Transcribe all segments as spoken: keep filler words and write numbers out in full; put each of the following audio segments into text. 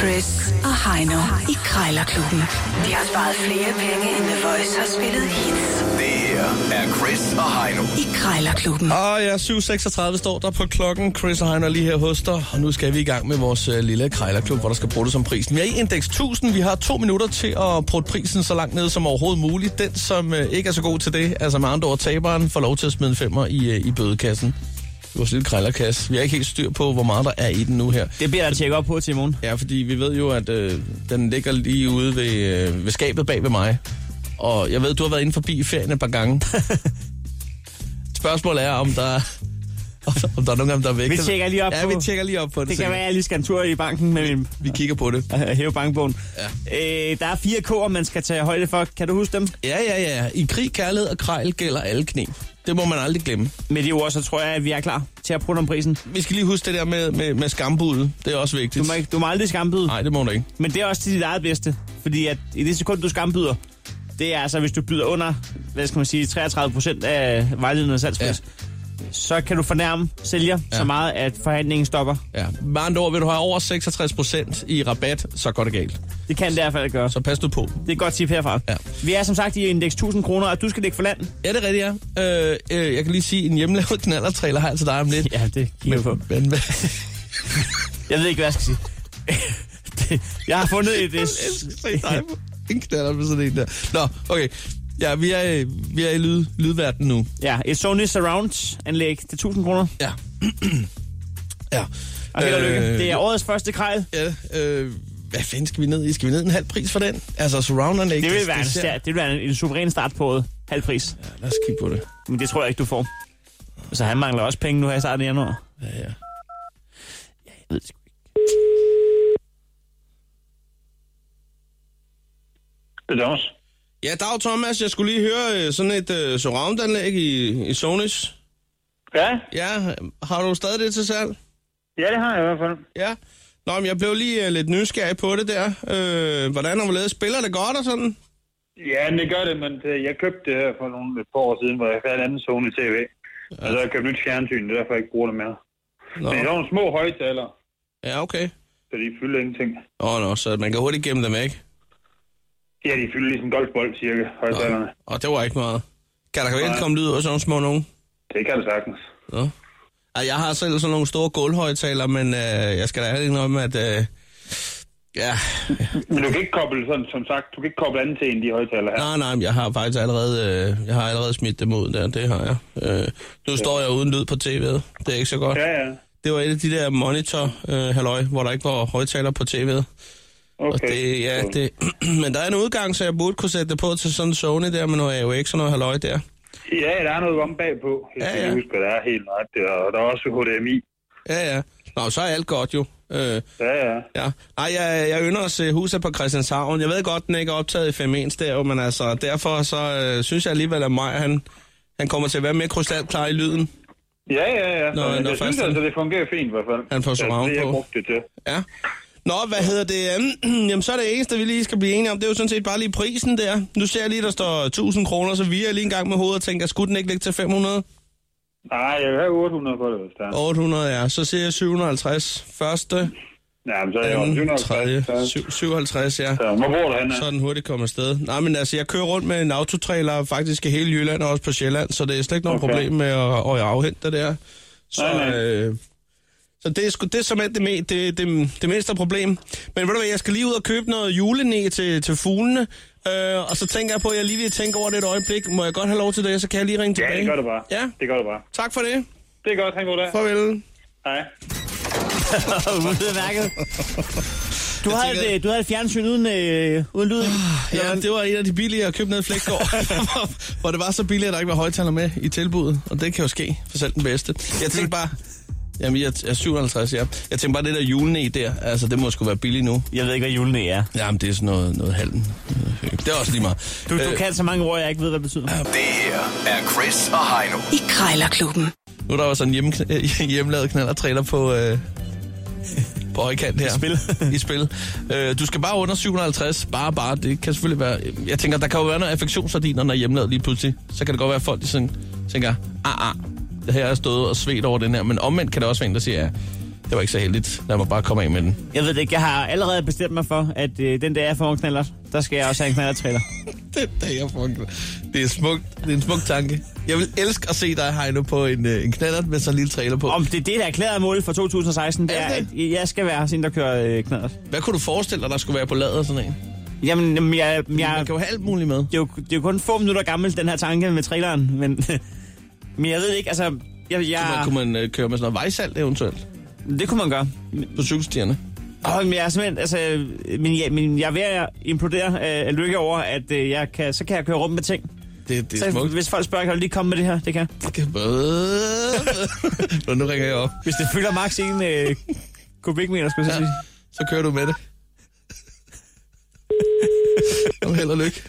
Chris og Heino i Krejlerklubben. De har sparet flere penge, end The Voice har spillet hits. Det her er Chris og Heino i Krejlerklubben. Og ja, syv seksogtredive står der på klokken. Chris og Heino er lige her hos dig. Og nu skal vi i gang med vores uh, lille Krejlerklub, hvor der skal bruges som prisen. Vi er i indeks tusind. Vi har to minutter til at putte prisen så langt ned som overhovedet muligt. Den, som uh, ikke er så god til det, altså med andre ord taberen, får lov til at smide en femmer i, uh, i bødekassen. Vores lille krejlerkasse. Vi har ikke helt styr på, hvor meget der er i den nu her. Det bliver der tjekket op på til i morgen. Ja, fordi vi ved jo, at øh, den ligger lige ude ved, øh, ved skabet bag ved mig. Og jeg ved, du har været inde forbi i ferien et par gange. Spørgsmålet er, om der, om der er nogen af dem, der er væk. Vi tjekker lige op ja, på vi tjekker lige op på det. Det kan være, at jeg lige skal en tur i banken med min... Vi kigger på det. Hæve bankbogen. Ja. Øh, der er fire K'er, man skal tage højde for. Kan du huske dem? Ja, ja, ja. I krig, kærlighed og krejl gælder alle knep. Det må man aldrig glemme. Med de ord, så tror jeg, at vi er klar til at prøve om prisen. Vi skal lige huske det der med, med, med skambuddet. Det er også vigtigt. Du må, ikke, du må aldrig skambyde. Nej, det må du ikke. Men det er også til dit eget bedste. Fordi at i det sekund, du skambyder, det er altså, hvis du byder under, hvad skal man sige, treogtredive procent af vejledende salgspris, ja. Så kan du fornærme sælger ja. Så meget, at forhandlingen stopper. Ja. Med andre ord, vil du have over seksogtres procent i rabat, så går det galt. Det kan det i hvert fald gøre. Så pas du på. Det er et godt tip herfra. Ja. Vi er som sagt i indeks tusind kroner, og du skal ligge for land. Ja, det er rigtigt, ja. Øh, øh, jeg kan lige sige, en hjemmelavet knallertrailer har altså dig om lidt. Ja, det kigger på. Men, men, jeg ved ikke, hvad jeg skal sige. det, jeg har fundet et... Jeg elsker dig på en knaller med sådan en der. Nå, okay. Ja, vi er, vi er i lyd, lydverden nu. Ja, et Sony Surround-anlæg til tusind kroner. Ja. ja. Og held og lykke. Det er årets første krejl. Ja, øh, hvad fanden skal vi ned i? Skal vi ned en halv pris for den? Altså Surround-anlæg. Det vil være, det en, det vil være en, en suveræn start på året. Halv pris. Ja, lad os kigge på det. Men det tror jeg ikke, du får. Så han mangler også penge nu her i starten af januar. Ja, ja. Ja, jeg ved det sgu ikke. Det er også. Ja, dag Thomas, jeg skulle lige høre sådan et uh, surround-anlæg i, i Sonys. Ja? Ja, har du stadig det til salg? Ja, det har jeg i hvert fald. Ja. Nå, men jeg blev lige uh, lidt nysgerrig på det der. Uh, hvordan har du lavet? Spiller det godt og sådan? Ja, det gør det, men det, jeg købte det her for nogle et par år siden, hvor jeg fandt en anden Sony T V. Ja. Og så har jeg købt nyt fjernsyn, det er derfor jeg ikke bruger det mere. Nå. Men det er nogle små højtalere. Ja, okay. Så de fylder ingenting. Åh, oh, nå, så man kan hurtigt gemme dem, ikke? Ja, de fylder ligesom en golfbold, cirka, højtalerne. Og det var ikke meget. Kan der virkelig komme lyd ud af sådan nogle små nogen? Det kan det sagtens. Ja. Ej, jeg har selv sådan nogle store gulvhøjtalere, men øh, jeg skal da have det om, at... Øh, ja. Men du kan ikke koble, sådan, som sagt, du kan ikke koble andet til en af de højtalere her. Nej, nej, jeg har faktisk allerede, øh, jeg har allerede smidt dem ud der, det har jeg. Øh, nu står jeg uden lyd på T V'et, det er ikke så godt. Ja, ja. Det var et af de der monitor-halløj, øh, hvor der ikke var højtalere på T V'et. Okay. Og det, ja, det, men der er en udgang, så jeg burde kunne sætte det på til sådan en Sony der med noget A O X og noget halløj der. Ja, der er noget om bagpå. Jeg ja, ja. Jeg husker, der er helt nøjagtigt, og der er også H D M I. Ja, ja. Nå, så er alt godt jo. Øh, ja, ja. ja. Nej, jeg, jeg ynder at se huset på Christianshavn. Jeg ved godt, den ikke er optaget i fem en stereo, men altså, derfor så øh, synes jeg alligevel, at Maj, han, han kommer til at være mere krystalklar i lyden. Ja, ja, ja. Nå, men når jeg synes altså, det fungerer fint i hvert fald. Han får surround på. Det, jeg brugte det til. Ja. Nå, hvad ja. hedder det? Jamen, så er det eneste, vi lige skal blive enige om. Det er jo sådan set bare lige prisen der. Nu ser jeg lige, der står tusind kroner, så vi er lige en gang med hovedet og tænker, skulle den ikke ligge til fem hundrede? Nej, jeg vil have otte hundrede på det, hvis der er. otte hundrede, ja. Så siger jeg syv hundrede og halvtreds. Første, ja, men så er jeg anden, også tredje, syvoghalvtreds, ja. Så hvor bor du henne? Så er den hurtigt kommet afsted. Nej, men altså, jeg kører rundt med en autotrailer faktisk i hele Jylland og også på Sjælland, så det er slet ikke noget okay. problem med at, at afhente det der. Så... Nej, nej. Øh, Så det er, sgu, det er simpelthen det, det, det, det mindste problem. Men ved du hvad, jeg skal lige ud og købe noget julenæ til, til fuglene. Øh, og så tænker jeg på, at jeg lige vil tænke over det et øjeblik. Må jeg godt have lov til det, så kan jeg lige ringe tilbage? Ja, det gør det bare. Ja? Det gør det bare. Tak for det. Det er godt. Han går der. Farvel. Hej. Udmærket. Du havde, tænker... et, du havde et fjernsyn uden, øh, uden lyd? Ja, det var en af de billige, jeg købte ned i Flækgaard. hvor det var så billigt, at der ikke var højtaler med i tilbuddet. Og det kan jo ske for selv den bedste. Jeg tænkte bare... Jamen, jeg er syvoghalvtreds, ja. Jeg tænker bare, det der julenæ der, altså, det må sgu være billigt nu. Jeg ved ikke, hvad julenæ er. Jamen, det er sådan noget, noget halm. Det er også lige meget. Du, du øh, kan så mange ord, jeg ikke ved, hvad det betyder. Det her er Chris og Heino i Krejlerklubben. Nu er der jo sådan en hjem, hjemmelavet knallertrailer på, øh, på højkant her. I spil. I spil. Øh, du skal bare under syv hundrede og halvtreds. Bare, bare. Det kan selvfølgelig være... Jeg tænker, der kan jo være noget affektionsværdi, når den er hjemmelavet lige pludselig. Så kan det godt være, at folk de sådan, tænker, ah, ah. Det her er stået og svedt over den her, men omvendt kan det også være en, der siger, ja, Det var ikke så heldigt. Lad mig bare komme af med den. Jeg ved det ikke. Jeg har allerede bestemt mig for, at øh, den der jeg får en knallert, der skal jeg også have en knallerttrailer. Den der jeg får en Det er smukt. Det er en smuk tanke. Jeg vil elske at se dig, Heino, på en, øh, en knallert med sådan en lille trailer på. Om det er det, der er erklæret mål for to tusind og seksten, det er, at jeg skal være sådan en, der kører øh, knallert. Hvad kunne du forestille dig, der skulle være på ladet sådan en? Jamen, jamen jeg, jeg... Man kan jo have alt muligt med. Det er jo, det er jo kun få minutter gammel, den her tanke med traileren, men, men jeg ved ikke, altså... Jeg, jeg... Kunne man, kunne man øh, køre med sådan noget vejsalt eventuelt? Det kunne man gøre. På cykelstierne? Åh, men jeg er simpelthen, altså... Men jeg, men jeg er ved at implodere af øh, lykke over, at øh, jeg kan, så kan jeg køre rundt med ting. Det, det er så, smukt. Hvis folk spørger, kan du lige komme med det her? Det kan Det kan nu ringer jeg op. Hvis det fylder maks en øh, kubikmeter, skulle jeg ja, sige. Så kører du med det. Og held og lykke.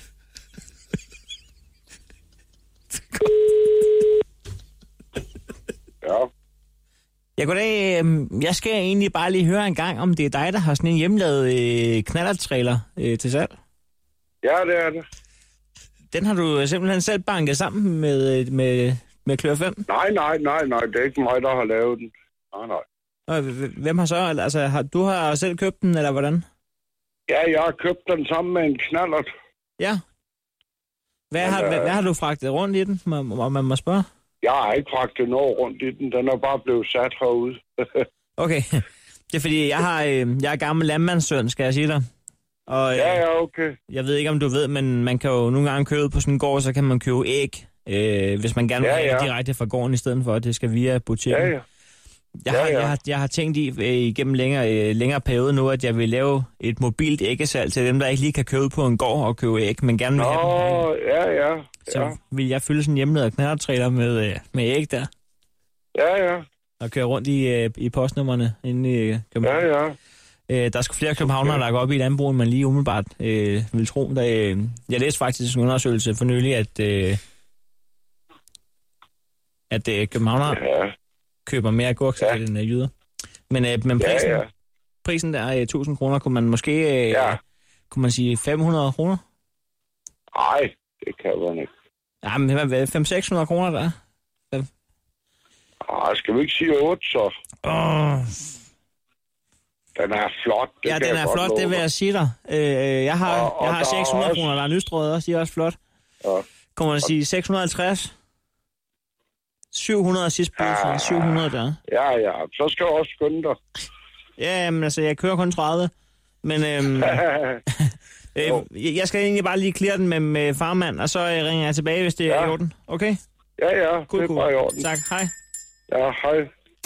Ja. Ja, goddag. Jeg skal egentlig bare lige høre en gang, om det er dig, der har sådan en hjemmelavet øh, knallerttrailer øh, til salg. Ja, det er det. Den har du simpelthen selv banket sammen med, med, med Klør fem? Nej, nej, nej, nej. Det er ikke mig, der har lavet den. Nej, nej. Og hvem har så? Altså, har, du har selv købt den, eller hvordan? Ja, jeg har købt den sammen med en knallert. Ja. Hvad, Men, har, øh... hvad, hvad har du fragtet rundt i den, om man må spørge? Jeg har ikke fragtet noget rundt i den. Den er bare blevet sat herude. Okay. Det er fordi, jeg har øh, jeg er gammel landmandssøn, skal jeg sige dig. Og, øh, ja, ja, okay. Jeg ved ikke, om du ved, men man kan jo nogle gange købe på sådan en gård, så kan man købe æg, øh, hvis man gerne vil ja, have ja. det direkte fra gården, i stedet for, at det skal via butikken. Ja, ja. Jeg, ja, har, ja. jeg, har, jeg har tænkt i øh, igennem længere, øh, længere periode nu, at jeg vil lave et mobilt æggesalg til dem, der ikke lige kan købe på en gård og købe æg, men gerne vil have Nå, dem. ja, ja. Så ja. vil jeg fylde sådan en hjemmelavet knallerttrailer med, øh, med æg der. Ja, ja. Og køre rundt i, øh, i postnummerne inde i øh, København. Ja, ja. Øh, der er sgu flere københavnere, okay. der går op i landbrug, end man lige umiddelbart øh, vil tro. Der, øh, jeg læste faktisk en undersøgelse for nylig, at, øh, at øh, københavnere ja. køber mere agurk ja. end øh, jyder. Men, øh, men prisen, ja, ja. prisen der er øh, tusind kroner, kunne man måske øh, ja. kunne man sige fem hundrede kroner? Nej, det kan man ikke. Ja, men hvad, fem til seks hundrede kroner der? Ah, skal vi ikke sige otte, så? Åh... Den er flot. Det ja, den er flot, det vil jeg sige dig. Øh, jeg har, og, og jeg har seks hundrede kroner, der er nystrøget også, de er også flot. Ja. Kunne man sige seks hundrede og halvtreds? syv hundrede sidste bud, ja. syv hundrede der. Ja, ja, så skal du også skynde dig. Ja, men altså, jeg kører kun tredive. Men øhm, øh, jeg skal egentlig bare lige clear den med, med farmand, og så øh, ringer jeg tilbage, hvis det ja. er i orden. Okay? Ja, ja, cool, det er cool. bare i orden. Tak, hej. Ja, hej.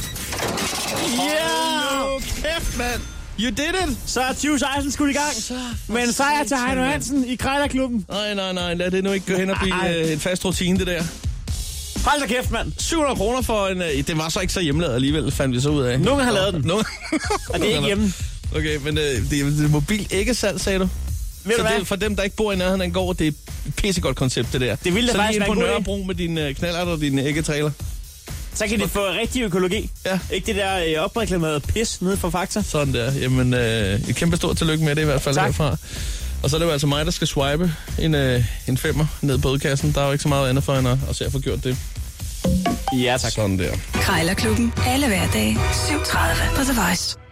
Yeah! Kæft, mand! You did it! Så er tyve seksten skudt i gang. Med en sejr til Heino Hansen i Krejlerklubben. Nej, nej, nej. Lad det nu ikke gå hen og blive øh, en fast rutine, det der. Hold da kæft, mand. syv hundrede kroner for en... Øh, det var så ikke så hjemmelavet alligevel, fandt vi så ud af. Nogen har lavet den. Nogen. Og det er ikke hjemme. Okay, men øh, det, er, det er mobil æggesalg, sagde du? Ved så du det, for dem, der ikke bor i nærheden af en gård, det er et pissegodt koncept, det der. Det ville så faktisk lige være på Nørrebro med din øh, knallert og din æggetræler. Så kan de få rigtig økologi. Ja. Ikke det der øh, opreklamerede pis nede fra Fakta. Sådan der. Jamen, øh, et kæmpe stort tillykke med det i hvert fald tak. herfra. Og så er det jo altså mig, der skal swipe en, øh, en femmer ned på bødekassen. Der er jo ikke så meget andet for end at, at se at få gjort det. Ja, tak. Sådan der. Krejlerklubben. Alle hverdage. syv tredive på The Voice.